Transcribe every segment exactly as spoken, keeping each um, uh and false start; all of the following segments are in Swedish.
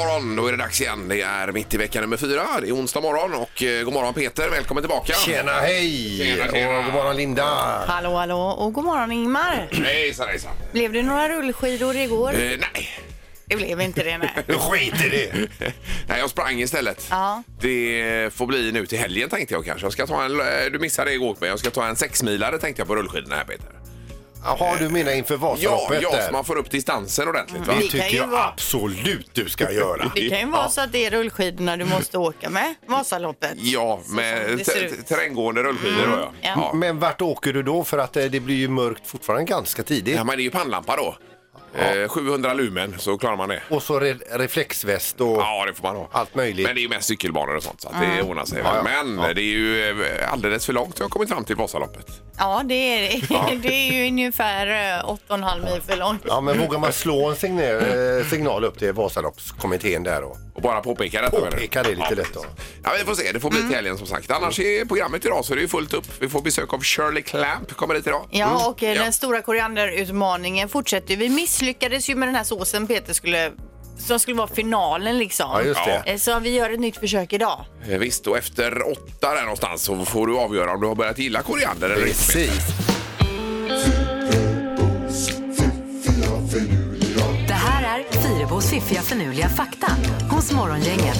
morgon, då är det dags igen. Det är mitt i vecka nummer fyra. Det är onsdag morgon och eh, god morgon Peter, välkommen tillbaka. Tjena, hej! Tjena, tjena. Och god morgon Linda. Hallå, hallå och god morgon Ingmar. Hejsan, hejsan. Blev det några rullskidor igår? Eh, nej. Det blev inte det, nej. Du skiter i det. Nej, jag sprang istället. Ja. Det får bli nu till helgen tänkte jag kanske. Jag ska ta en, du missade det igår med. Jag ska ta en sexmilare tänkte jag på rullskidorna här Peter. Jaha, du menar inför Ja, Vasaloppet ja, där? så man får upp distansen ordentligt va? Det Det kan tycker ju jag vara- absolut du ska göra. Det kan ju vara så att det är rullskidorna du måste åka med, Vasaloppet. Ja, som med det ser t- ut. terränggående rullskidor då, ja. Ja. Ja. Men vart åker du då? För att eh, det blir ju mörkt fortfarande ganska tidigt. Ja, men det är ju pannlampa då. Eh, sjuhundra lumen så klarar man det. Och så re- reflexväst och Ja, det får man ha. allt möjligt. Men det är ju mest cykelbanor och sånt så att det ordnar sig. Ja, ja. Men Ja. det är ju eh, alldeles för långt jag har kommit fram till Vasaloppet. Ja, det är det. Det är ju ungefär eh, åtta och en halv mil för långt. Ja, men vågar man slå en signal, eh, signal upp till Vasaloppskommittén där och Och bara påpeka detta. påpeka det lite ja. lätt då? Ja, vi får se. Det får bli till helgen som sagt. Annars är programmet idag så det är fullt upp. Vi får besök av Shirley Clamp. Kommer det idag? Ja, och eh, Ja. den stora korianderutmaningen fortsätter. Vi misslyckades ju med den här såsen Peter skulle, som skulle vara finalen liksom. Ja, just det. Eh, Så vi gör ett nytt försök idag. Eh, Visst, och efter åtta där någonstans så får du avgöra om du har börjat gilla koriander eller inte. Precis. Det här är Fyrebos fiffiga förnuliga fakta hos Morgongänget.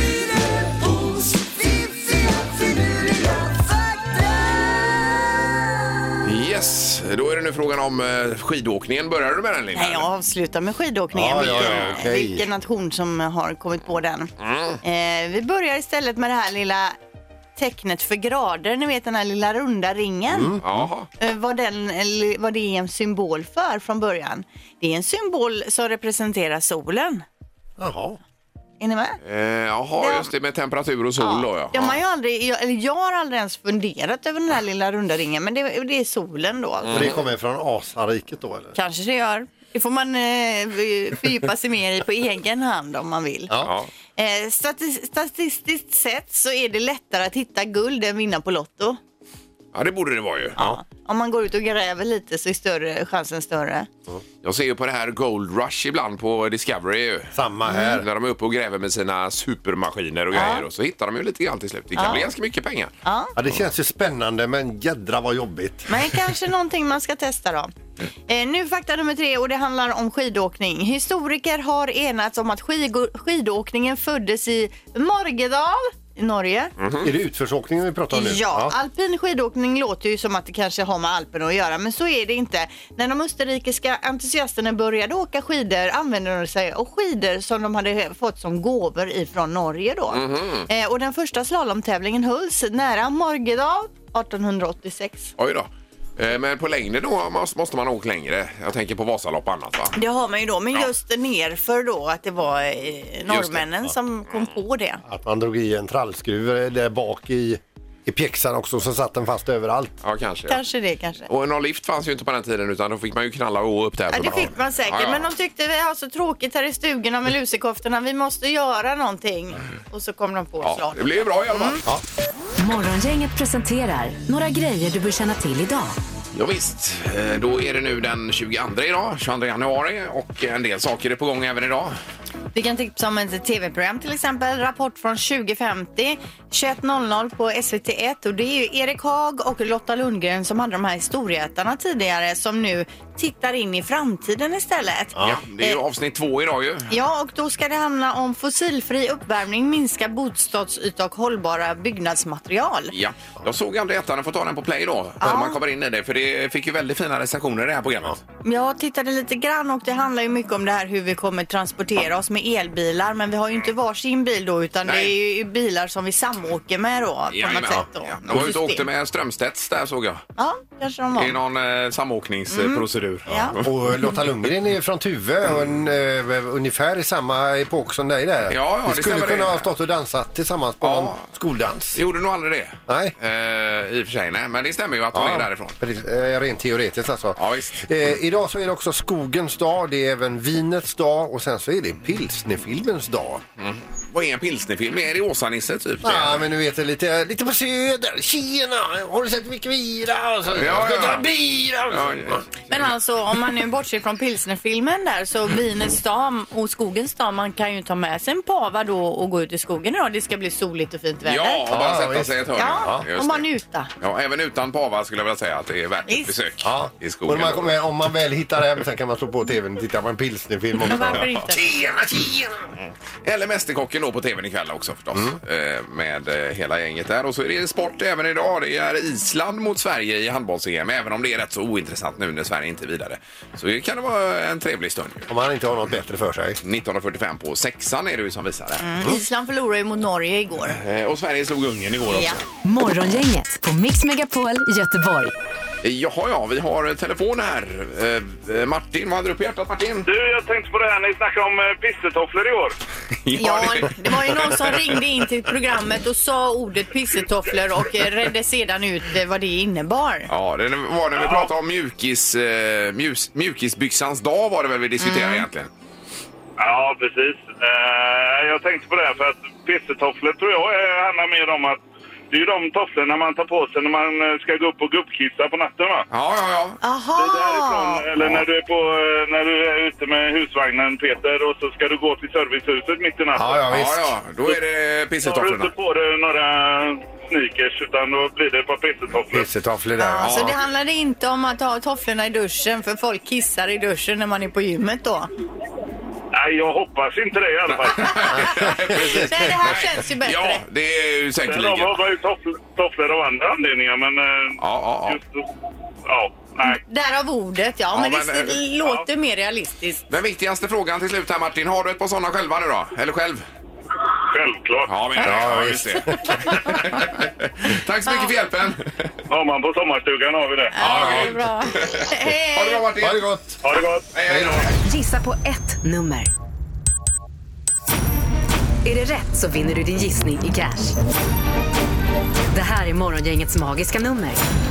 Yes, då är det nu frågan om eh, skidåkningen. Börjar du med den Linda? Nej, jag avslutar med skidåkningen. Ja, ja, ja, Vilken- okej. Vilken nation som har kommit på den. Mm. Eh, vi börjar istället med det här lilla tecknet för grader. Ni vet den här lilla runda ringen. Jaha. Eh, vad, den, eller vad det är en symbol för från början. Det är en symbol som representerar solen. Jaha. Är ni med? Eh, jaha, Ja. just det med temperatur och sol då ja. De har ju aldrig, jag, eller jag har aldrig ens funderat över den här lilla runda ringen. Men det, det är solen då. Alltså. Och det kommer från Asariket då eller? Kanske det gör. Det får man eh, fördjupa sig mer i på egen hand om man vill. Ja. Eh, stati- statistiskt sett så är det lättare att hitta guld än vinna på Lotto. Ja, det borde det vara ju. Ja. Om man går ut och gräver lite så är större, chansen större. Jag ser ju på det här Gold Rush ibland på Discovery ju. Samma här. När de är uppe och gräver med sina supermaskiner och grejer och så hittar de ju lite grann till slut. Det kan Ja. bli ganska mycket pengar. Ja. Ja, det känns ju spännande men jädra vad jobbigt. Men kanske någonting man ska testa då. Eh, nu fakta nummer tre och det handlar om skidåkning. Historiker har enats om att skid- skidåkningen föddes i Morgedal i Norge. Är det utförsåkningen vi pratar om nu? Ja, alpin skidåkning låter ju som att det kanske har med Alperna att göra, men så är det inte. När de österrikiska entusiasterna började åka skidor använde de sig av skidor som de hade fått som gåvor ifrån Norge då. Eh, och den första slalomtävlingen hölls nära Morgedal artonhundraåttiosex. Oj då. Eh, Men på längre då måste måste man åka längre. Jag tänker på Vasalopp och annat va? Det har man ju då, men just nerför då att det var eh, norrmännen det. som kom på det. Att man drog i en trallskruv där bak i, i pjäxan också så satt den fast överallt. Ja, kanske. Kanske det, kanske. Och någon lift fanns ju inte på den tiden utan då fick man ju knalla och gå upp där. Ja, det fick man säkert, Ja, ja. men de tyckte vi har så tråkigt här i stugorna med lusekoftorna, vi måste göra någonting. Och så kom de på Ja, slag. det blir ju bra i alla fall. Ja. Morgongänget presenterar några grejer du bör känna till idag. Ja, visst, Eh, då är det nu den tjugoandra idag, tjugoandra januari och en del saker är på gång även idag. Vi kan tipsa om ett tv-program till exempel, Rapport från tjugo femtio, tjugoett noll noll på S V T ett och det är ju Erik Haag och Lotta Lundgren som hade de här historieätarna tidigare som nu tittar in i framtiden istället. Ja, det är ju avsnitt två idag ju. Ja, och då ska det handla om fossilfri uppvärmning, minska bostadsyta och hållbara byggnadsmaterial. Ja, jag såg aldrig ettan och får ta den på play då när man kommer in i det för det fick ju väldigt fina recensioner i det här programmet. Jag tittade lite grann och det handlar ju mycket om det här hur vi kommer transportera oss med elbilar, men vi har ju inte varsin bil då utan Nej. det är ju bilar som vi samåker med då på Jajamän. något sätt då. Ja, de var ute och åkte System. med Strömstedts där såg jag. Ja, kanske de Det är var. någon eh, samåkningsprocedur. Ja. Och Lotta Lundgren är ju från Tuve och en, eh, ungefär i samma epok som dig där. Ja, ja, Vi det skulle stämmer kunna det. ha stått och dansat tillsammans på Ja. någon skoldans. Det gjorde nog aldrig det. Nej. Eh, I och för sig, nej. Men det stämmer ju att hon är därifrån. Precis, eh, rent teoretiskt alltså. Ja, visst. Eh, idag så är det också skogens dag, det är även vinets dag och sen så är det pilsnerfilmens dag. Mm. Vad är en pilsnerfilm? Är det Åsa-Nisse typ? Ja, men nu vet jag lite, lite på söder. Tjena, har du sett mycket vira? Och så, Ja, ja. Ska ta bira? Ja, ja. Men han alltså om man nu bortser från pilsnerfilmen där, så vinets dag och skogens dag, man kan ju ta med sig en pava då och gå ut i skogen idag. Det ska bli soligt och fint väder. Ja, och bara Ja, sätta visst. sig ett hörn. Ja, just om man det. njuta. Ja, även utan pava skulle jag vilja säga att det är värt ett Visst. besök Ja. i Och skogen. man kommer, om man väl hittar hem sen kan man slå på tvn och titta på en pilsnerfilm också. Men varför inte? Tjena, tjena! Eller Mästerkocken då på tvn ikväll också förstås. Eh, med eh, hela gänget där. Och så är det sport även idag. Det är Island mot Sverige i handbolls-E M. Även om det är rätt så ointressant nu när Sverige inte är vidare. Så kan det vara en trevlig stund. Om man inte har något bättre för sig. nitton fyrtiofem på sexan är det ju som visar det. Mm. Island förlorade ju mot Norge igår. Eh, och Sverige slog Ungern igår också. Ja. Morgongänget på Mix Megapol Göteborg. Jaha, ja, vi har telefon här. Eh, Martin, vad hade du på hjärtat, Martin? Du, jag tänkte på det här när ni snackade om eh, pissetofflor i år. Ja, det- det var ju någon som ringde in till programmet och sa ordet pissetofflor och eh, redde sedan ut eh, vad det innebar. Ja, det var när vi pratade om mjukis, eh, mjus, mjukisbyxans dag var det väl vi diskuterade egentligen. Ja, precis. Eh, jag tänkte på det här för att pissetofflor tror jag eh, handlar mer om att det är ju de tofflorna man tar på sig när man eh, ska gå upp och gubbkissa på natten, va? Ja, ja, ja. Det är därifrån, Aha! eller när du är på eh, när du är ute med husvagnen, Peter, och så ska du gå till servicehuset mitt i natten. Ja, ja, Ja, visst. ja, då är det Då har du pissetofflorna. inte på dig några sneakers utan då blir det ett par pissetofflor. Pissetofflor där. Ja, så det handlade inte om att ha tofflorna i duschen, för folk kissar i duschen när man är på gymmet då. Nej, jag hoppas inte det i alla fall. Precis. Nej, det här känns ju bättre. Ja, det är ju Men säkerligen. de har ju tofflor, tofflor av andra anledningar, men eh, Ja, ja, ja. just ja, nej. Därav ordet, ja, Ja, men, men, det eh, låter mer realistiskt. Den viktigaste frågan till slut här, Martin. Har du ett par sådana själva nu då? Eller själv? Självklart. Ja, men, ja, just det. Tack så mycket för hjälpen. Har man på sommarstugan har vi det. Ja, det är bra. Ha det Hej! bra, Martin. Ha det gott! Ha det gott. Hej, hej då. Gissa på ett nummer. Är det rätt så vinner du din gissning i cash. Det här är Morgongängets magiska nummer.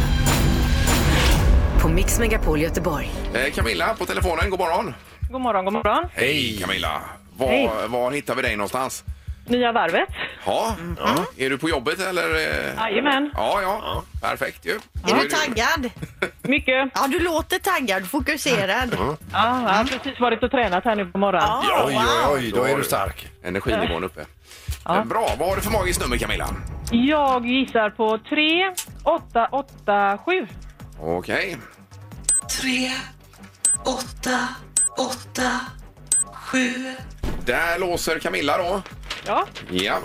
På Mix Megapol Göteborg. Eh, Camilla på telefonen, god morgon. God morgon, god morgon. Hej Camilla. Var, Hej. var hittar vi dig någonstans? Nya varvet. Ja. ja. Är du på jobbet eller? eh? Jajamän. Ja, ja. Perfekt ju. Är du taggad? Mycket. Ja, du låter taggad, fokuserad. Ja, jag har precis varit och tränat här nu på morgonen. Ja, Oj, oj, oj, då är du stark. Energinivån uppe. Ja. Eh, Bra. Vad har du för magiskt nummer, Camilla? Jag gissar på tre åtta åtta sju. Okej. Tre, åtta, åtta, sju. Där låser Camilla då. Ja, Ja.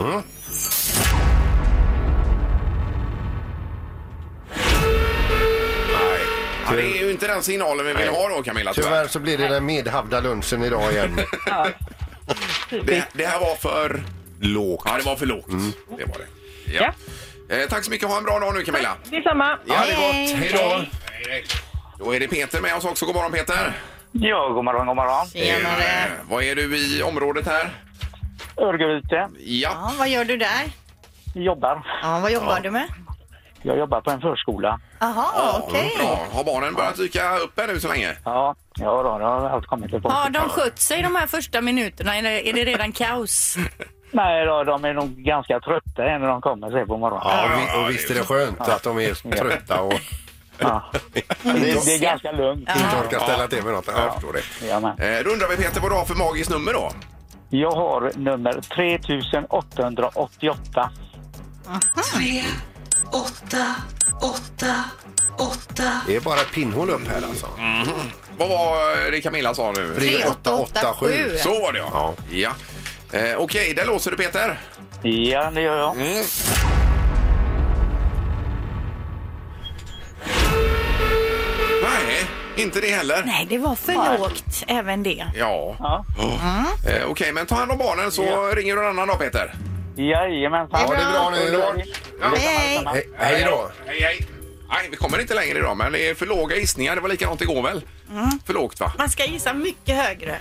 Nej. Ja, det är ju inte den signalen vi vill ha då, Camilla. Tyvärr Tyvärr. så blir det den medhavda lunchen idag igen. ja. Det, det här var för... Lågt. Ja, det var för lågt. Det var det. Ja. Eh, tack så mycket. Ha en bra dag nu, Camilla. Detsamma. Ja, det är gott. Hej. Hej då. Hej, hej. Då är det Peter med oss också. God morgon, Peter. Ja, god morgon, god morgon. Tjenare. Eh, vad är du i området här? Örgryte. Ja. Ja, vad gör du där? Jobbar. Ja, vad jobbar du med? Jag jobbar på en förskola. Jaha, okej. Bra. Har barnen börjat dyka upp här nu så länge? Ja, ja då, det har allt kommit ett Har de skött sig de här första minuterna eller är det redan kaos? Nej då, de är nog ganska trötta när de kommer sig på morgonen. Ja, och, vi, och visst är det skönt att de är trötta och Ja. Det, det är ganska lugnt. inte orkar ställa till med något. Ja, jag förstår det. Ja, men. Eh, då undrar vi, Peter, vad du har för magiskt nummer då? Jag har nummer tre åtta åtta åtta. Tre, åtta, åtta, åtta. Det är bara ett pinnhål upp här alltså. Vad var det Camilla sa nu? tre åtta åtta sju. Så var det, ja. ja. Eh, Okej, där låser du, Peter. Ja, det gör jag. Mm. Nej, inte det heller. Nej, det var för lågt, även det. Ja. Ja. Eh, Okej, men ta hand om barnen så Ja. ringer du en annan dag, Peter. Jajamensan. Ja, det är bra nu. Ja. Hej. Hej, hej då. Hej, hej. Nej, vi kommer inte längre idag, men det är för låga gissningar. Det var likadant igår väl? För lågt, va? Man ska gissa mycket högre.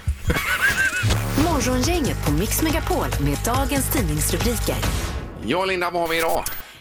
Morgongänget på Mix Megapol med dagens tidningsrubriker. Ja, Linda, vad har vi idag?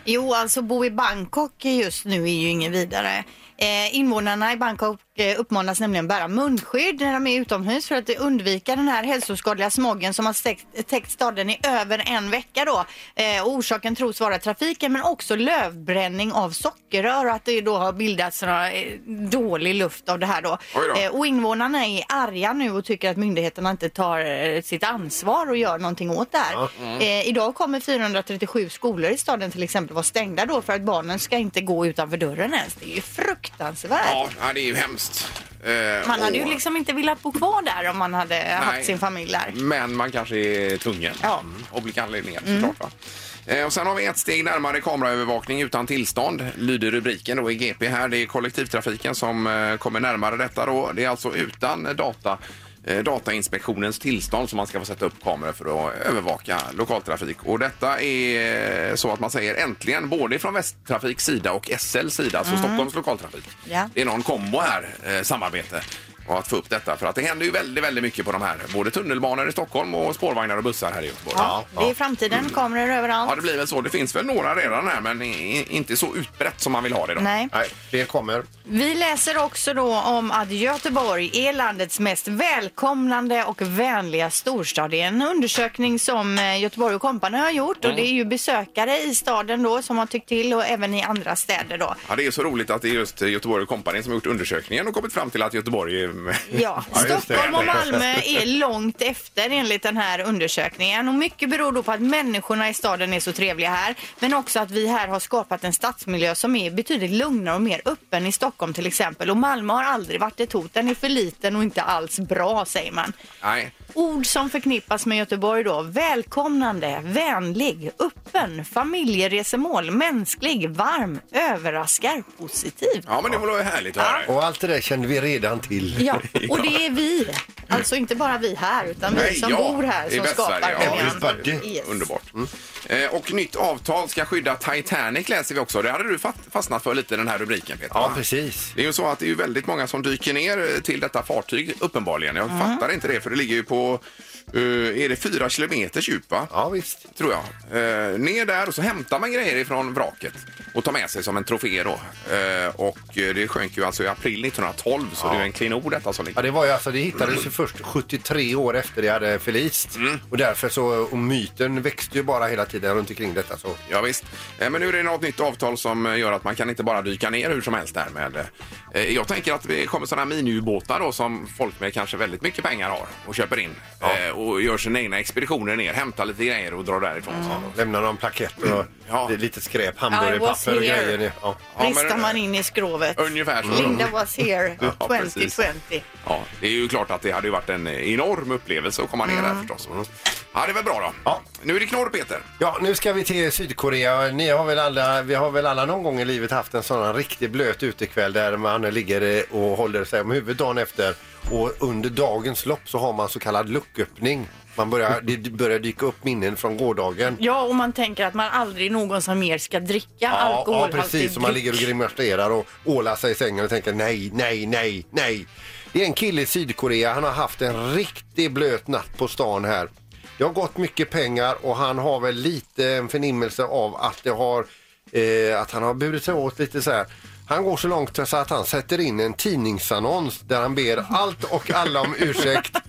Jo, alltså bo i Bangkok just nu är ju ingen vidare. Eh, invånarna i Bangkok eh, uppmanas nämligen bära munskydd när de är utomhus för att undvika den här hälsoskadliga smogen som har täckt, täckt staden i över en vecka då. Eh, och orsaken tros vara trafiken men också lövbränning av sockerrör och att det då har bildats såna, eh, dålig luft av det här då. då. Eh, och invånarna är arga nu och tycker att myndigheterna inte tar eh, sitt ansvar och gör någonting åt det här. Mm. Eh, idag kommer fyrahundratrettiosju skolor i staden till exempel vara stängda då för att barnen ska inte gå utanför dörren ens. Det är ju fruktansvärt. Ja, det är ju hemskt. Eh, man hade och... ju liksom inte velat bo kvar där om man hade Nej. haft sin familj där. Men man kanske är tvungen. Ja. Olika anledningar såklart, va? Eh, och sen har vi ett steg närmare kameraövervakning utan tillstånd. Lyder rubriken då i G P här. Det är kollektivtrafiken som eh, kommer närmare detta då. Det är alltså utan data. Datainspektionens tillstånd som man ska få sätta upp kameror för att övervaka lokaltrafik. Och detta är så att man säger äntligen både från Västtrafiks sida och S L:s sida, alltså mm. Stockholms lokaltrafik. Ja. Det är någon kombo här, eh, samarbete. Och att få upp detta, för att det händer ju väldigt, väldigt mycket på de här. Både tunnelbanor i Stockholm och spårvagnar och bussar här i Göteborg. Ja, ja. Det är framtiden, mm. kameror överallt. Ja, det blir väl så. Det finns väl några redan här, men inte så utbrett som man vill ha det då. Nej. Nej, det kommer. Vi läser också då om att Göteborg är landets mest välkomnande och vänliga storstad. Det är en undersökning som Göteborg och Company har gjort mm. och det är ju besökare i staden då som har tyckt till och även i andra städer då. Ja, det är så roligt att det är just Göteborg och Company som har gjort undersökningen och kommit fram till att Göteborg är... Ja, Stockholm och Malmö är långt efter enligt den här undersökningen och mycket beror då på att människorna i staden är så trevliga här, men också att vi här har skapat en stadsmiljö som är betydligt lugnare och mer öppen i Stockholm till exempel, och Malmö har aldrig varit ett hot, den är för liten och inte alls bra, säger man. Nej. Ord som förknippas med Göteborg då: välkomnande, vänlig, öppen, familjeresemål, mänsklig, varm, överraskar, positiv. Ja, men det var ju härligt att höra. Och allt det där kände vi redan till. Ja, och det är vi. Alltså inte bara vi här, utan vi Nej, som ja, bor här som skapar ja, det. Yes. Underbart. Mm. Eh, och nytt avtal ska skydda Titanic läser vi också. Det hade du fastnat för lite, den här rubriken, Peter. Ja, precis. Det är ju så att det är väldigt många som dyker ner till detta fartyg, uppenbarligen. Jag mm. fattar inte det, för det ligger ju på Uh, är det fyra kilometers djup, va? Ja, visst. Tror jag. Uh, ner där och så hämtar man grejer ifrån vraket och tar med sig som en trofé då. Uh, och det sjönk ju alltså i april nittonhundratolv, så ja. Det är en klenod detta som ligger. Ja, det var ju alltså, det hittades ju först sjuttiotre år efter det hade förlist. Mm. Och därför så, och myten växte ju bara hela tiden runt omkring detta så. Ja, visst. Uh, men nu är det något nytt avtal som gör att man kan inte bara dyka ner hur som helst där med. Uh, jag tänker att det kommer sådana här miniubåtar då som folk med kanske väldigt mycket pengar har och köper in. Ja. Uh, och gör sina egna expeditioner ner, hämtar lite grejer och drar därifrån. Mm. Lämnar någon plakett och ja. lite skräp, hamburgerpapper och grejer. Ja. Ristar ja, man in i skrovet. Ungefär så. Linda was here ja, tjugo tjugo. Ja, det är ju klart att det hade ju varit en enorm upplevelse att komma ner mm. där förstås. Mm. Ja, det är väl bra då. Ja. Nu är det knorr, Peter. Ja, nu ska vi till Sydkorea. Ni har väl alla, vi har väl alla någon gång i livet haft en sån riktigt blöt utekväll där man ligger och håller sig om huvudet dagen efter. Och under dagens lopp så har man så kallad lucköppning. Man börjar, det börjar dyka upp minnen från gårdagen. Ja, och man tänker att man aldrig någonsin mer ska dricka ja, alkohol. Ja, precis. Så man ligger och grimaserar och ålar sig i sängen och tänker nej, nej, nej, nej. Det är en kille i Sydkorea. Han har haft en riktigt blöt natt på stan här. Det har gått mycket pengar och han har väl lite en förnimmelse av att det har eh, att han har burit sig åt lite så här. Han går så långt så att han sätter in en tidningsannons där han ber allt och alla om ursäkt.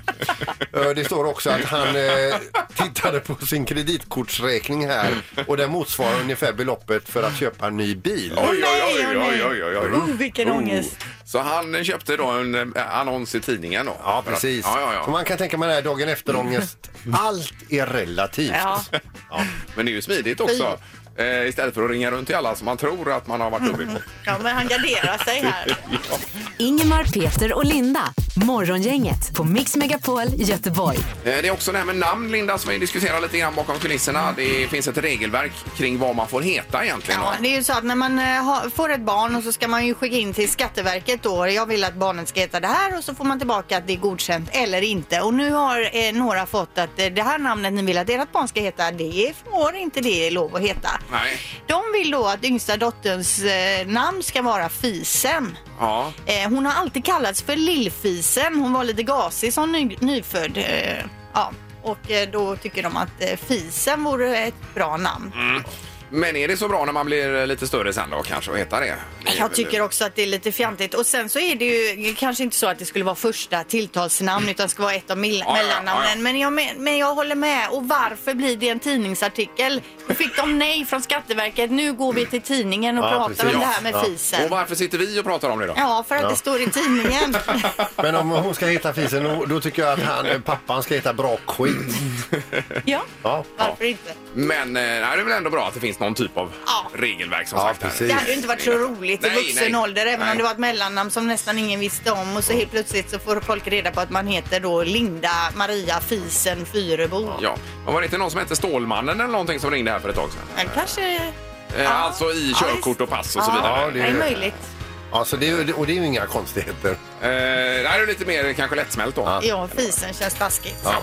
Det står också att han eh, tittade på sin kreditkortsräkning här och det motsvarar ungefär beloppet för att köpa en ny bil. Oj, oj, oj, oj, oj, oj, oj. Oh, vilken ångest. Så han köpte då en annons i tidningen då? Ja, precis. Att, ja, ja, ja. Så man kan tänka mig det här dagen efter ångest. Allt är relativt. Ja. Ja. Men det är ju smidigt också. Eh, istället för att ringa runt till alla som man tror att man har varit uppe på. Ja, men han garderar sig här. ja. Ingemar, Peter och Linda. Morgongänget på Mix Megapol Göteborg. Eh, det är också det här med namn, Linda, som vi diskuterar lite grann bakom kulisserna. Det finns ett regelverk kring vad man får heta egentligen. Ja, det är ju så att när man uh, får ett barn och så ska man ju skicka in till Skatteverket då. Jag vill att barnet ska heta det här och så får man tillbaka att det är godkänt eller inte. Och nu har eh, några fått att eh, det här namnet ni vill att ert barn ska heta, det får inte det lov att heta. Nej. De vill då att yngsta dotterns eh, namn ska vara Fisen. Ja. Eh, hon har alltid kallats för Lillfisen. Hon var lite gasig som ny, nyfödd. Eh, ja. Och eh, då tycker de att eh, Fisen vore ett bra namn. Mm. Men är det så bra när man blir lite större sen då kanske att heta det? det Jag tycker också att det är lite fjantigt. Och sen så är det ju kanske inte så att det skulle vara första tilltalsnamn utan det ska vara ett av mell- ja, mellannamnen. ja, ja. Men, jag, men- men jag håller med. Och varför blir det en tidningsartikel? Då fick de nej från Skatteverket. Nu går vi till tidningen och Ja, pratar precis. om det här med Ja. fisen. Och varför sitter vi och pratar om det då? Ja, för att det står i tidningen. Men om hon ska heta Fisen, då, då tycker jag att han, pappan ska heta Bra Skit. Ja, Ja. varför inte? Men eh, nej, det är väl ändå bra att det finns någon typ av Ja. regelverk som Ja, sagt. här. precis. Det hade ju inte varit så roligt i Nej, vuxen nej. ålder även Nej. om det var ett mellannamn som nästan ingen visste om och så helt plötsligt så får folk reda på att man heter då Linda Maria Fisen Fyrebo. Ja, och var det inte någon som hette Stålmannen eller någonting som ringde här för ett tag sedan? Men kanske... Eh, Ja. Alltså i Ja, körkort och pass och så Ja, vidare. Ja, det är möjligt. Ja, så det, är- och det är ju inga konstigheter. Eh, det här är lite mer kanske lättsmält då. Ja. Ja, Fisen känns taskigt. Ja.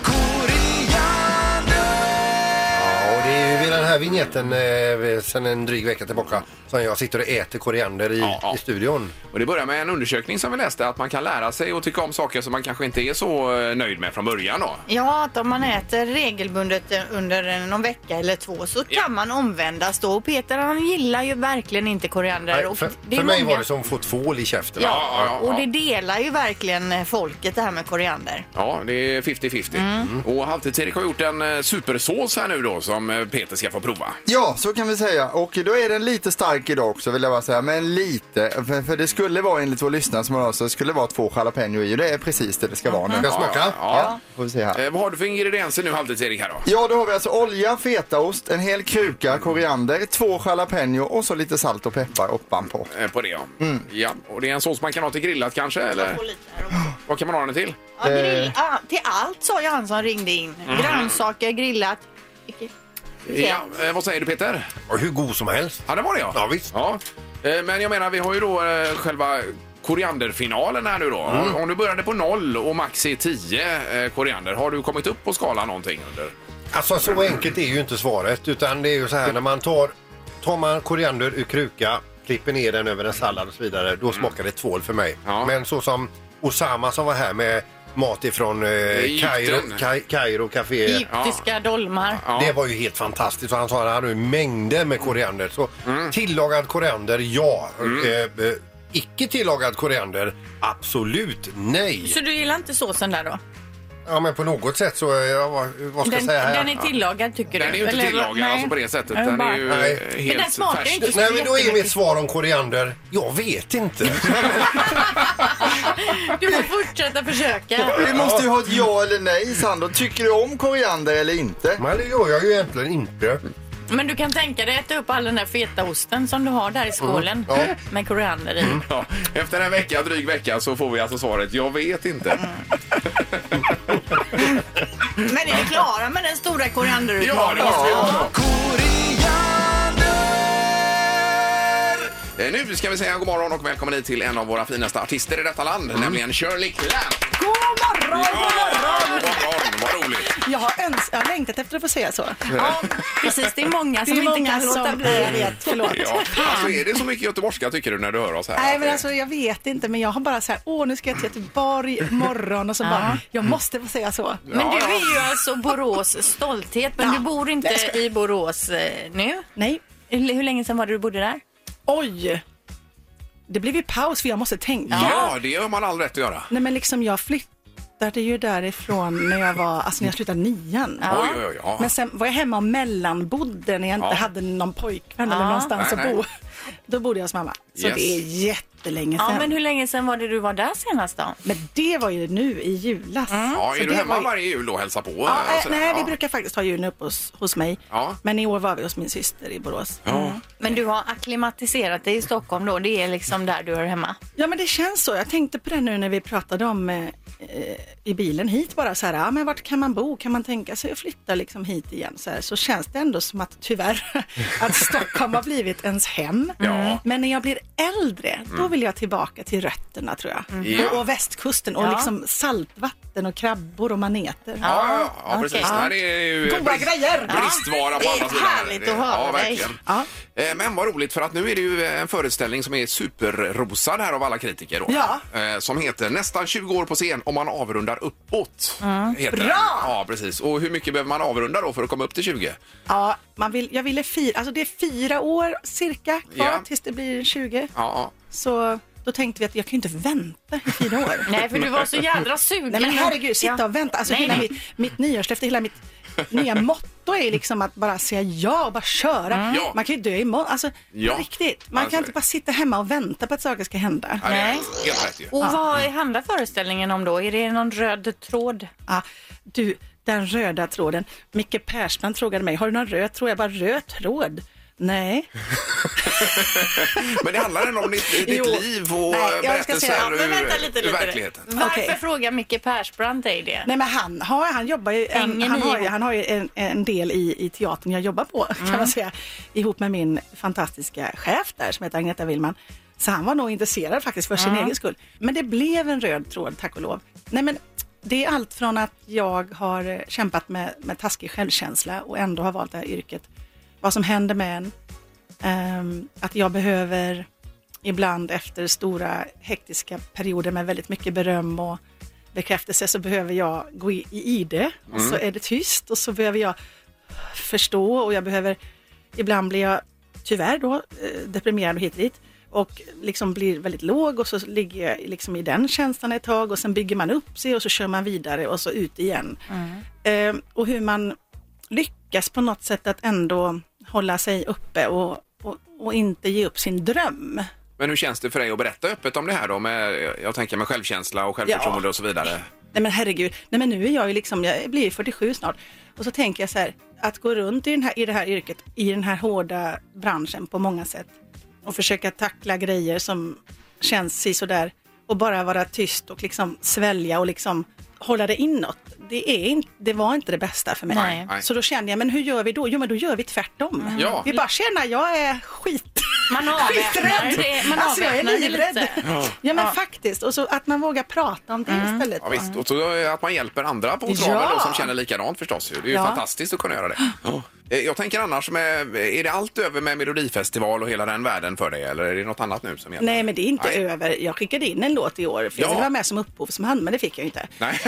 Ja, och det är ju vid den här vignetten eh, sen en dryg vecka tillbaka som jag sitter och äter koriander i, Ja, ja. i studion. Och det börjar med en undersökning som vi läste att man kan lära sig och tycka om saker som man kanske inte är så eh, nöjd med från början då. Ja, att om man äter regelbundet under någon vecka eller två så kan Ja. man omvändas då. Och Peter han gillar ju verkligen inte koriander. Nej, och för det är för mig många- var det som att få tvål i käften. Ja, Ja, ja, ja. och det delar ju verkligen folket det här med koriander. Ja, det är femtio femtio. Mm. Och Halvtids-Erik har gjort en eh, supersås här nu då som eh, Peter ska få prova. Ja, så kan vi säga. Och då är den lite stark idag också vill jag bara säga. Men lite. För, för det skulle vara enligt vår lyssnare som har så skulle det vara två jalapeno i. Och det är precis det det ska vara nu. Ska jag smaka? Ja, ja, Ja, får vi se här. ja. Eh, vad har du för ingredienser nu Halvtids-Erik här då? Ja, då har vi alltså olja, fetaost, en hel kruka koriander, två jalapeno och så lite salt och peppar ovanpå. Eh, på det ja. Mm. Ja. Och det är en sås man kan ha till grillat kanske eller? Få lite här också. Vad kan man ha den till? Ja, Eh. grill, ah, till allt sa ju han som ringde in. Mm. Grönsaker, grillat. Icke- Ja, eh, vad säger du Peter? Och hur god som helst. Ja, det var det ja. Ja, visst. Ja. Eh, men jag menar, vi har ju då eh, själva korianderfinalen här nu då. Mm. Om du började på noll och max är tio eh, koriander, har du kommit upp på skalan någonting under? Alltså så enkelt är ju inte svaret utan det är ju så här när man tar, tar man koriander ur kruka, klipper ner den över en sallad och så vidare, då smakar det tvål för mig. Ja. Men så som Osama som var här med mat ifrån eh, Egypten. Kairo, Kai- Kairo Café. Egyptiska dolmar. Ja. Det var ju helt fantastiskt och han sa att han hade ju mängder med koriander. Så Mm. tillagad koriander, ja. Eh, eh, icke tillagad koriander, absolut nej. Så du gillar inte såsen där då? Ja men på något sätt så, ja, vad, vad ska jag Den, säga här? den är tillagad tycker Den är du? ju inte Eller- tillagad nej. alltså på det sättet. Jag Den bara- är ju Nej. eh, Men helt den smakar färsk. inte så Nej men då är jättemycket. mitt svar om koriander, jag vet inte. Du får fortsätta försöka. Vi måste ju ha ett ja eller nej, Sandro. Tycker du om koriander eller inte? Men det gör jag ju egentligen inte. Men du kan tänka dig att äta upp all den där fetaosten som du har där i skålen. Ja. Med koriander i. Ja, efter en vecka, dryg vecka, så får vi alltså svaret jag vet inte. Men är ni klara med den stora Ja, korianderutmaningen? det måste vi ha. Eh, Nu ska vi säga god morgon och välkommen hit till en av våra finaste artister i detta land, nämligen Shirley Clamp. God morgon, god morgon! God morgon, vad roligt. Jag har, öns- jag har längtat efter att få säga så. Ja, precis. Det är många Det som är inte många kan låta som... bli. Jag vet, förlåt. Ja, alltså är det så mycket göteborgska tycker du när du hör oss här? Nej Att men det- alltså jag vet inte men jag har bara så här, åh nu ska jag till Göteborg imorgon och så bara, jag måste få säga så. Men du är ju alltså Borås stolthet, men Ja. du bor inte Nej, jag skojar. i Borås eh, nu. Nej, Hur hur länge sedan var det du bodde där? oj! Det blev ju paus för jag måste tänka. Ja, det gör man all rätt att göra. Nej men liksom jag flyttade ju därifrån när jag var, alltså när jag slutade nian. Oj, oj, oj, ja. Men sen var jag hemma och mellanbodde när jag inte Ja. hade någon pojkvän Ja. eller någonstans Nej, att bo. Då bodde jag hos mamma. Så Yes. det är jättelänge sedan. Ja, men hur länge sedan var det du var där senast då? Men det var ju nu i julas. Ja, Så är du det hemma var ju- varje jul då och hälsar på? Ja, eh, eh, sådär? nej, vi Ja. brukar faktiskt ha julen upp hos, hos mig. Ja. Men i år var vi hos min syster i Borås. Ja. Men du har akklimatiserat dig i Stockholm då? Det är liksom där du är hemma? Ja, men det känns så. Jag tänkte på det nu när vi pratade om eh, eh, i bilen hit bara så här, ja, men vart kan man bo? Kan man tänka sig att flytta liksom hit igen? Så, här, så känns det ändå som att tyvärr att Stockholm har blivit ens hem. Ja. Men när jag blir äldre, då vill jag tillbaka till rötterna tror jag. Ja. Och, och västkusten och Ja. liksom saltvatten och krabbor och maneter. Ja, ja, ja, okej. precis. Det här är ju Goda brist- grejer! Bristvara på det är andra sidan. härligt att höra Ja, dig. verkligen. Ja. Eh, Men vad roligt för att nu är det ju en föreställning som är superrosad här av alla kritiker då. Ja. Eh, Som heter Nästan tjugo år på scen om man avrundar uppåt. Heter den. Bra! Ja, precis. Och hur mycket behöver man avrunda då för att komma upp till tjugo? Ja, man vill, jag ville fira, alltså det är fyra år cirka kvar Ja. tills det blir tjugo. Ja, ja. Så då tänkte vi att jag kan ju inte vänta i fyra år. Nej, för du var så jädra sugen. Nej men herregud, sitta och vänta. Alltså Nej, hela nej. mitt, mitt nyårslöfte, hela mitt nya motto är liksom att bara säga ja och bara köra. Ja. Man kan ju dö imorgon. Alltså Ja. på riktigt. Man Alltså. kan inte bara sitta hemma och vänta på att saker ska hända. Ja, det är Nej. helt rätt ju. Och vad handlar föreställningen om då? Är det någon röd tråd? Ja, du, den röda tråden. Micke Persbrandt frågade mig, har du någon röd tråd? Jag bara, röd tråd? Nej. Men det handlar ändå om ditt, ditt Jo. liv och Nej, jag ska berättelser säga- ja, ur, Men vänta lite, ur lite. verkligheten. Varför Okej. frågar Micke Persbrandt dig det? Nej men han har, han jobbar ju, en, Hänger han, ni har ju ihop? han har ju en, en del i, i teatern jag jobbar på kan man säga. Ihop med min fantastiska chef där som heter Agneta Willman. Så han var nog intresserad faktiskt för sin egen skull. Men det blev en röd tråd, tack och lov. Nej men det är allt från att jag har kämpat med, med taskig självkänsla och ändå har valt det här yrket. Vad som händer med en. Ehm, att jag behöver ibland efter stora hektiska perioder med väldigt mycket beröm och bekräftelse så behöver jag gå i, i det och så är det tyst och så behöver jag förstå och jag behöver, ibland blir jag tyvärr då eh, deprimerad och hit och dit och liksom blir väldigt låg och så ligger jag liksom i den känslan ett tag och sen bygger man upp sig och så kör man vidare och så ut igen. Eh, och hur man lyckas på något sätt att ändå hålla sig uppe och, och, och inte ge upp sin dröm. Men hur känns det för dig att berätta öppet om det här då? Med, jag tänker med självkänsla och självförtroende Ja. och så vidare. Nej men herregud, nej men nu är jag ju liksom, jag blir fyrtiosju snart och så tänker jag så här, att gå runt i, den här, i det här yrket, i den här hårda branschen på många sätt och försöka tackla grejer som känns så där och bara vara tyst och liksom svälja och liksom hålla det inåt. Det, är inte, det var inte det bästa för mig. Nej. Nej. Så då kände jag, men hur gör vi då? Jo men då gör vi tvärtom. Ja. Vi bara känner, jag är skit. Man avväpnar det, man Alltså jag är avväpnar det livrädd. lite. Ja men Ja. faktiskt, och så att man vågar prata om det istället. Ja, visst. Och så att man hjälper andra på traven Ja. då, som känner likadant förstås. ju. Det är ju Ja. fantastiskt att kunna göra det. Ja. Eh, Jag tänker annars, med, är det allt över med Melodifestival och hela den världen för dig? Eller är det något annat nu som gäller? Nej men det är inte Nej. över. Jag skickade in en låt i år för jag Ja. ville vara med som upphovsman men det fick jag ju inte. Nej.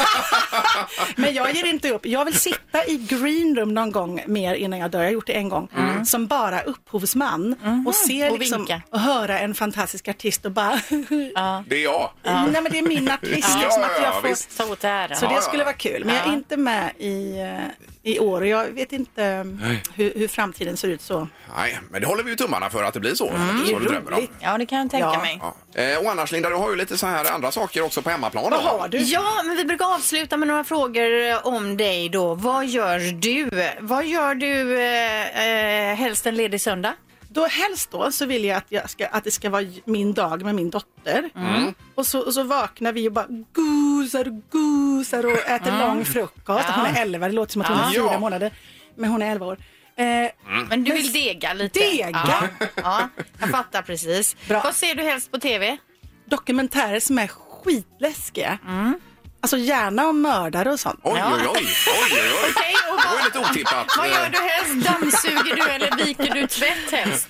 Men jag ger inte upp. Jag vill sitta i green room någon gång mer innan jag dör. Jag har gjort det en gång. Som bara upphovsman och ser Och liksom vinka. och höra en fantastisk artist och bara Det är jag. nej men det är min artist Ja, liksom att ja, jag får. visst. Ta åt äran. Så Ja, det ja. skulle vara kul. Men jag är inte med i, eh, i år och jag vet inte hur, hur framtiden ser ut så. Nej, men det håller vi ju tummarna för att det blir så. Det så är du drömmer om. roligt. Ja, det kan jag tänka Ja. mig. Ja. Eh, och annars Linda, du har ju lite så här andra saker också på hemmaplan. Vad då. har du? Ja, men vi brukar avsluta med några frågor om dig då. Vad gör du? Vad gör du eh, eh, helst en ledig söndag? Då helst då så vill jag att, jag ska, att det ska vara min dag med min dotter. Och, så, och så vaknar vi och bara gosar och gosar och äter lång frukost. Ja. Hon är elva, det låter som att hon är Ja. fyra månader. Men hon är elva år. Eh, Men du vill dega lite? Dega? Ja, ja, jag fattar precis. Bra. Vad ser du helst på tv? Dokumentärer som är skitläskiga. Alltså gärna om mördare och sånt. Oj, Ja. oj, oj. oj, oj, oj. Okej, och Det var ju vad, lite otippat. vad gör du helst? Dammsuger du eller viker du tvätt helst?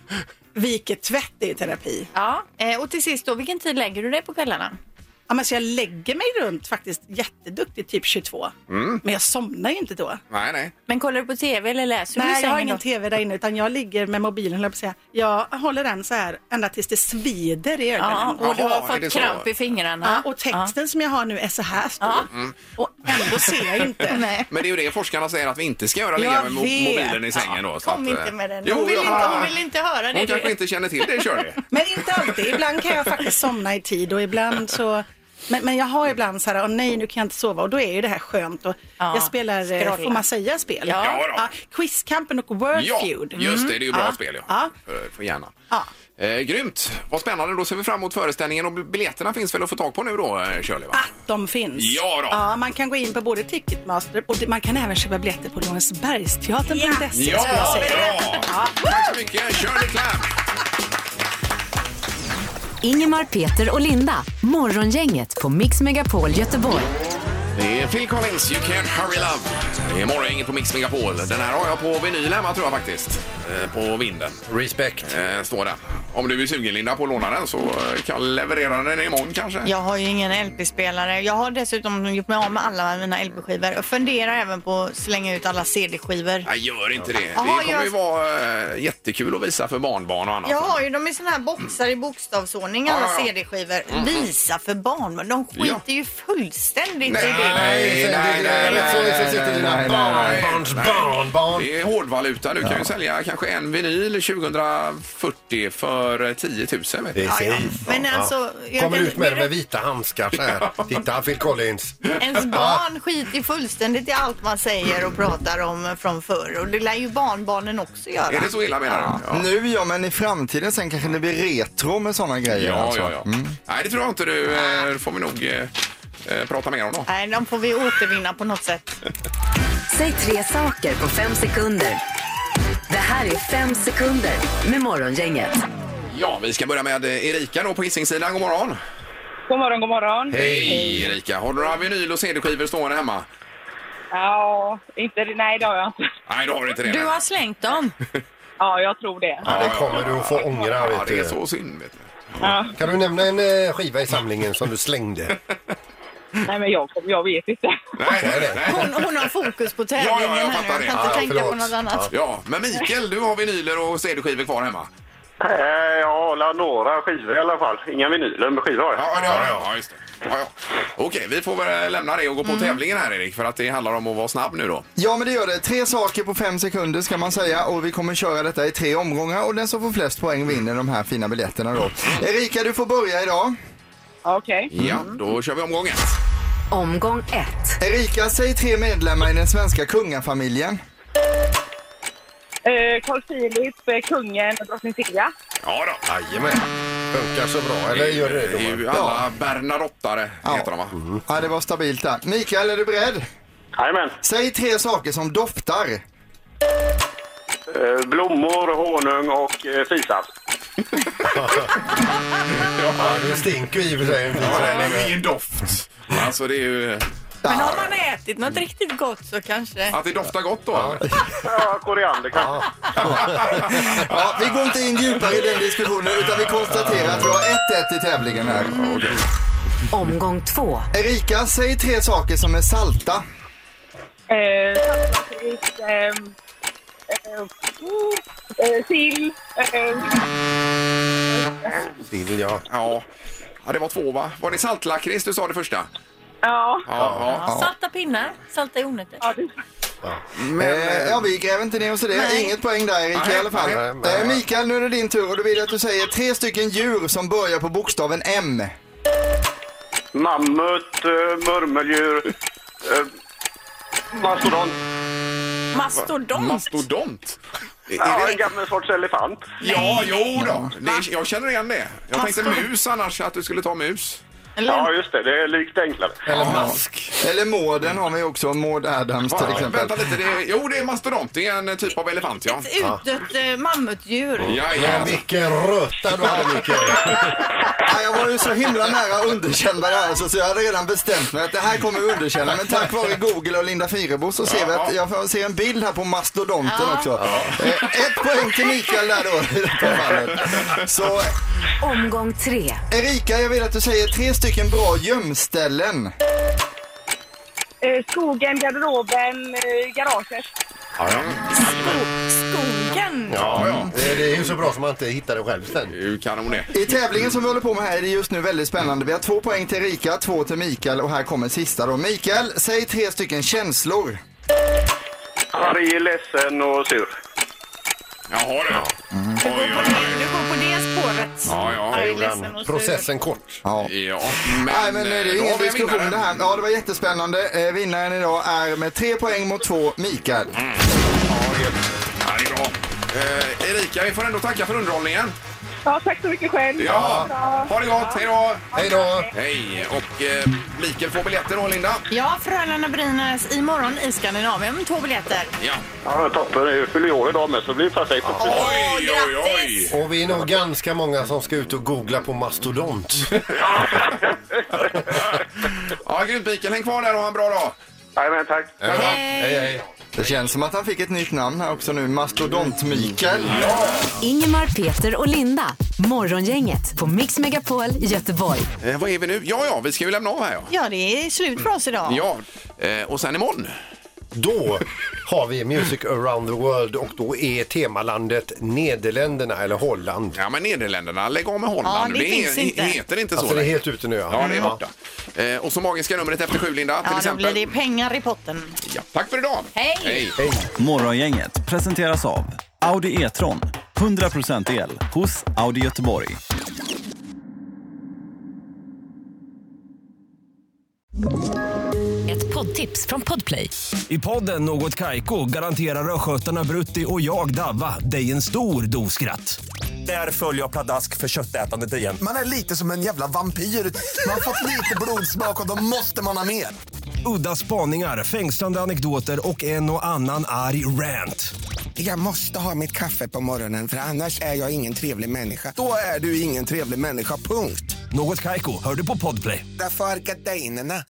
Viker tvätt i terapi. Ja, eh, och till sist då, vilken tid lägger du dig på kvällarna? Ja, men så jag lägger mig runt faktiskt jätteduktigt, typ tjugotvå. Men jag somnar ju inte då. Nej, nej. Men kollar du på tv eller läser du i Nej, jag har sängen ingen då? tv där inne utan jag ligger med mobilen, höll jag på att säga. Jag håller den så här ända tills det svider i Ja, ögonen. och du Jaha, har är det fått så? kramp i fingrarna. Ja, och texten som jag har nu är så här stor. Och ändå ser jag inte. Nej. Men det är ju det forskarna säger att vi inte ska göra, ligga Jag med mo- vet. mobilen i sängen då. Så Kom att, inte eh, med den. Jo, Hon vill, jo, inte, ja. hon vill inte höra det. Hon kanske Du. inte känner till det, Shirley. Men inte alltid. Ibland kan jag faktiskt somna i tid och ibland så... Men, men jag har ibland så här, åh nej nu kan jag inte sova och då är ju det här skönt och Ja, jag spelar, eh, scrolla. får man säga spel? Ja. Ja då. Quizkampen och Word Ja, Feud. just det. Det är ju bra Ja. spel. Ja. Ja. För, för hjärnan. Ja. Eh, grymt. Vad spännande. Då ser vi fram emot föreställningen och biljetterna finns väl att få tag på nu då, eh, Shirley? Va? Att de finns. Ja då. Ja, man kan gå in på både Ticketmaster och det- man kan även köpa biljetter på Lorensbergsteatern punkt se. Ja, ska jag säga. bra! Tack så mycket, Shirley Clamp! Ingemar, Peter och Linda. Morgongänget på Mix Megapol Göteborg. Det är Phil Collins, You Can't Hurry Love. Det är morgongänget på Mix Megapol. Den här har jag på vinyl hemma tror jag faktiskt. Eh, på vinden. Respect. Eh, står den. Om du är sugen, Linda, på att låna den så kan jag leverera den imorgon kanske. Jag har ju ingen L P-spelare. Jag har dessutom gjort mig av med alla mina L P-skivor. Jag funderar även på att slänga ut alla C D-skivor. Nej, gör inte det. Aha, det kommer jag... ju vara äh, jättekul att visa för barnbarn och annat. Jag har ju dem i såna här boxar i bokstavsordning, alla ja, ja. C D-skivor. Mm. Visa för barnbarn. De skiter ja. ju fullständigt nej, i det. Nej, nej, nej, nej, barnbarns barnbarn. Det är hårdvaluta. Du kan ju sälja kanske en vinyl tjugohundrafyrtio för tio tusen. Vet du. Precis. Ja, ja. Men alltså, jag kommer kan- ut med det med vita handskar så här. Titta, Phil Collins. Ens barn skiter ju fullständigt i allt man säger och pratar om från förr. Och det lär ju barnbarnen också göra. Är det så illa menar du? Ja. Nu ja, men i framtiden sen kanske det blir retro med sådana grejer. Ja, alltså. ja, ja. Mm. Nej, det tror jag inte du. Det får vi nog eh, eh, prata mer om då. Nej, de får vi återvinna på något sätt. Säg tre saker på fem sekunder. Det här är fem sekunder med Morgongänget. Ja, vi ska börja med Erika då på Hisingssidan. God morgon. God morgon, god morgon. Hej Erika. Har du några vinyl och C D-skivor stående hemma? Ja, inte, nej det har jag inte. Nej, då har du inte det. Du har slängt dem. Ja, jag tror det. Ja, det kommer du att få ångra, Ja, vet det är du. så synd, vet du. Ja. Kan du nämna en eh, skiva i samlingen som du slängde? Nej, men jag, jag vet inte. Nej, nej, nej. Hon, hon har fokus på Ja, tävlingen ja, jag här nu. fattar Jag det. kan inte Ja, tänka förlåt. på något annat. Ja, men Mikael, du har vinyler och C D-skivor kvar hemma. Jag har några skivor i alla fall. Inga vinyler, men skivor har jag. Ja, ja, ja, ja just det. Ja, ja. Okej, vi får väl lämna det och gå på tävlingen här, Erik, för att det handlar om att vara snabb nu då. Ja, men det gör det. Tre saker på fem sekunder ska man säga och vi kommer köra detta i tre omgångar och den som får flest poäng vinner de här fina biljetterna då. Erika, du får börja idag. Okej. Ja, då kör vi omgång ett. Omgång ett. Erika, säg tre medlemmar i den svenska kungafamiljen. Eh, Carl Philip, eh, kungen och drottning Silvia. Ja då. Jajamän. Funkar så bra. Eller gör det Det är det? ju alla Bernadottare, heter de va? Ja, det var stabilt där. Mikael, är du beredd? Jajamän. Säg tre saker som doftar. Eh, blommor, honung och eh, fisar. Ja, det stinker ju i och för sig. Ja, det är ju ingen doft. Alltså det är ju... Men har man ätit något riktigt gott så kanske... Att det doftar gott då? Ja, koriander kanske. Ja, vi går inte in djupare i den diskussionen utan vi konstaterar att vi har ett ett i tävlingen här. Okej. Omgång två. Erika, säg tre saker som är salta. Eh, saltlakrits, eh, eh, eh, sill, eh, Sill, ja. Ja. Ja, det var två va? Var det saltlakrits du sa det första? ja. Ja, ja. Salta pinnar, salta jordnötter. Ja, det, Men, Eh, ja, vi gräver inte ner oss i det. Nej. Inget poäng där, Erika, Nej, i alla fall. nej, nej. Eh, Mikael, nu är det din tur och då vill jag att du säger tre stycken djur som börjar på bokstaven M. Mammut, eh, murmeldjur, eh, mastodont. Mastodont. mastodont? Är, Ja, är en det... gammal sorts elefant. Ja, jo då. Det är, jag känner igen det. Jag tänkte mus annars, att du skulle ta mus. Eller? Ja, just det. Det är lite enklare. Eller mask. Eller Mauden har vi också, Maud Adams till Va, exempel. vänta lite, det är, jo det är mastodont. Det är en typ av elefant, ja. Ett utdött eh, mammutdjur. Ja, Men ja. vilken röta du hade, Mikael. Ja, jag var ju så himla nära underkända där alltså, så jag hade redan bestämt mig att det här kommer vi underkänna. Men tack vare Google och Linda Fyrebo så ser vi att jag får se en bild här på mastodonten också. Eh, ett poäng till Mikael där då i detta fallet. Så Omgång tre. Erika, jag vill att du säger tre stycken bra gömställen. eh, skogen, garderoben, eh, garaget. Skogen. Ja, ja. Det, det är ju så bra som man inte hittar det själv sen. Det är ju kanon det. I tävlingen som vi håller på med här är det just nu väldigt spännande. Vi har två poäng till Erika, två till Mikael och här kommer sista då. Mikael, säg tre stycken känslor. Arg, ledsen och sur. Jaha du. Du går på det, du går på det spåret. Ja, ja. Jag är Gjorde ledsen han och sur. processen kort. Ja. Ja, Nej, men det är då ingen har vi en diskussion vinnare. det här. Ja, det var jättespännande. Eh, vinnaren idag är med tre poäng mot två, Mikael. Ja, det är, ja, det är bra. Eh, Erika, vi får ändå tacka för underhållningen. Ja, tack så mycket själv. Ja, Bra. ha det gott. Hej då. Hej då! Hej. Och eh, Mikael får biljetter då, Linda. Ja, Frölunda Brynäs imorgon i Skandinavien. Två biljetter. Ja. Ja, toppen. Jag fyller år idag med så det blir perfekt. Oj, oj, oj. grattis! Och vi är nog ganska många som ska ut och googla på mastodont. Ja, grymt Mikael. Häng kvar där och ha en bra dag. Jajamän, tack. Ja. Hej, hej. Det känns som att han fick ett nytt namn här också nu, Mastodont-Mikael. Ingemar, Peter och Linda. Morgongänget på Mix Megapol Göteborg. Eh, vad är vi nu? Ja, ja, vi ska ju lämna av här. Ja, Ja, det är slut för oss idag. ja. Eh, och sen imorgon. Då har vi Music around the world och då är temalandet Nederländerna eller Holland. Ja, men Nederländerna, lägg av med Holland. Ja, det finns är, inte. heter inte så. Alltså det är längre. helt ute nu. Ja, det är borta. Eh, och så magiska numret efter sju, Linda, till Ja, då exempel. blir det pengar i potten. Ja, tack för idag. Hej! Hej. Morgongänget presenteras av Audi E-tron. hundra procent el hos Audi Göteborg. Ett poddtips från Podplay. I podden Något Kaiko garanterar östgötarna Brutti och jag Davva dig en stor dos skratt. Där följer jag pladask för köttätandet igen. Man är lite som en jävla vampyr. Man har fått lite blodsmak och då måste man ha mer. Udda spaningar, fängslande anekdoter och en och annan arg rant. Jag måste ha mitt kaffe på morgonen för annars är jag ingen trevlig människa. Då är du ingen trevlig människa, punkt. Något Kaiko, hör du på Podplay. Därför är gardinerna.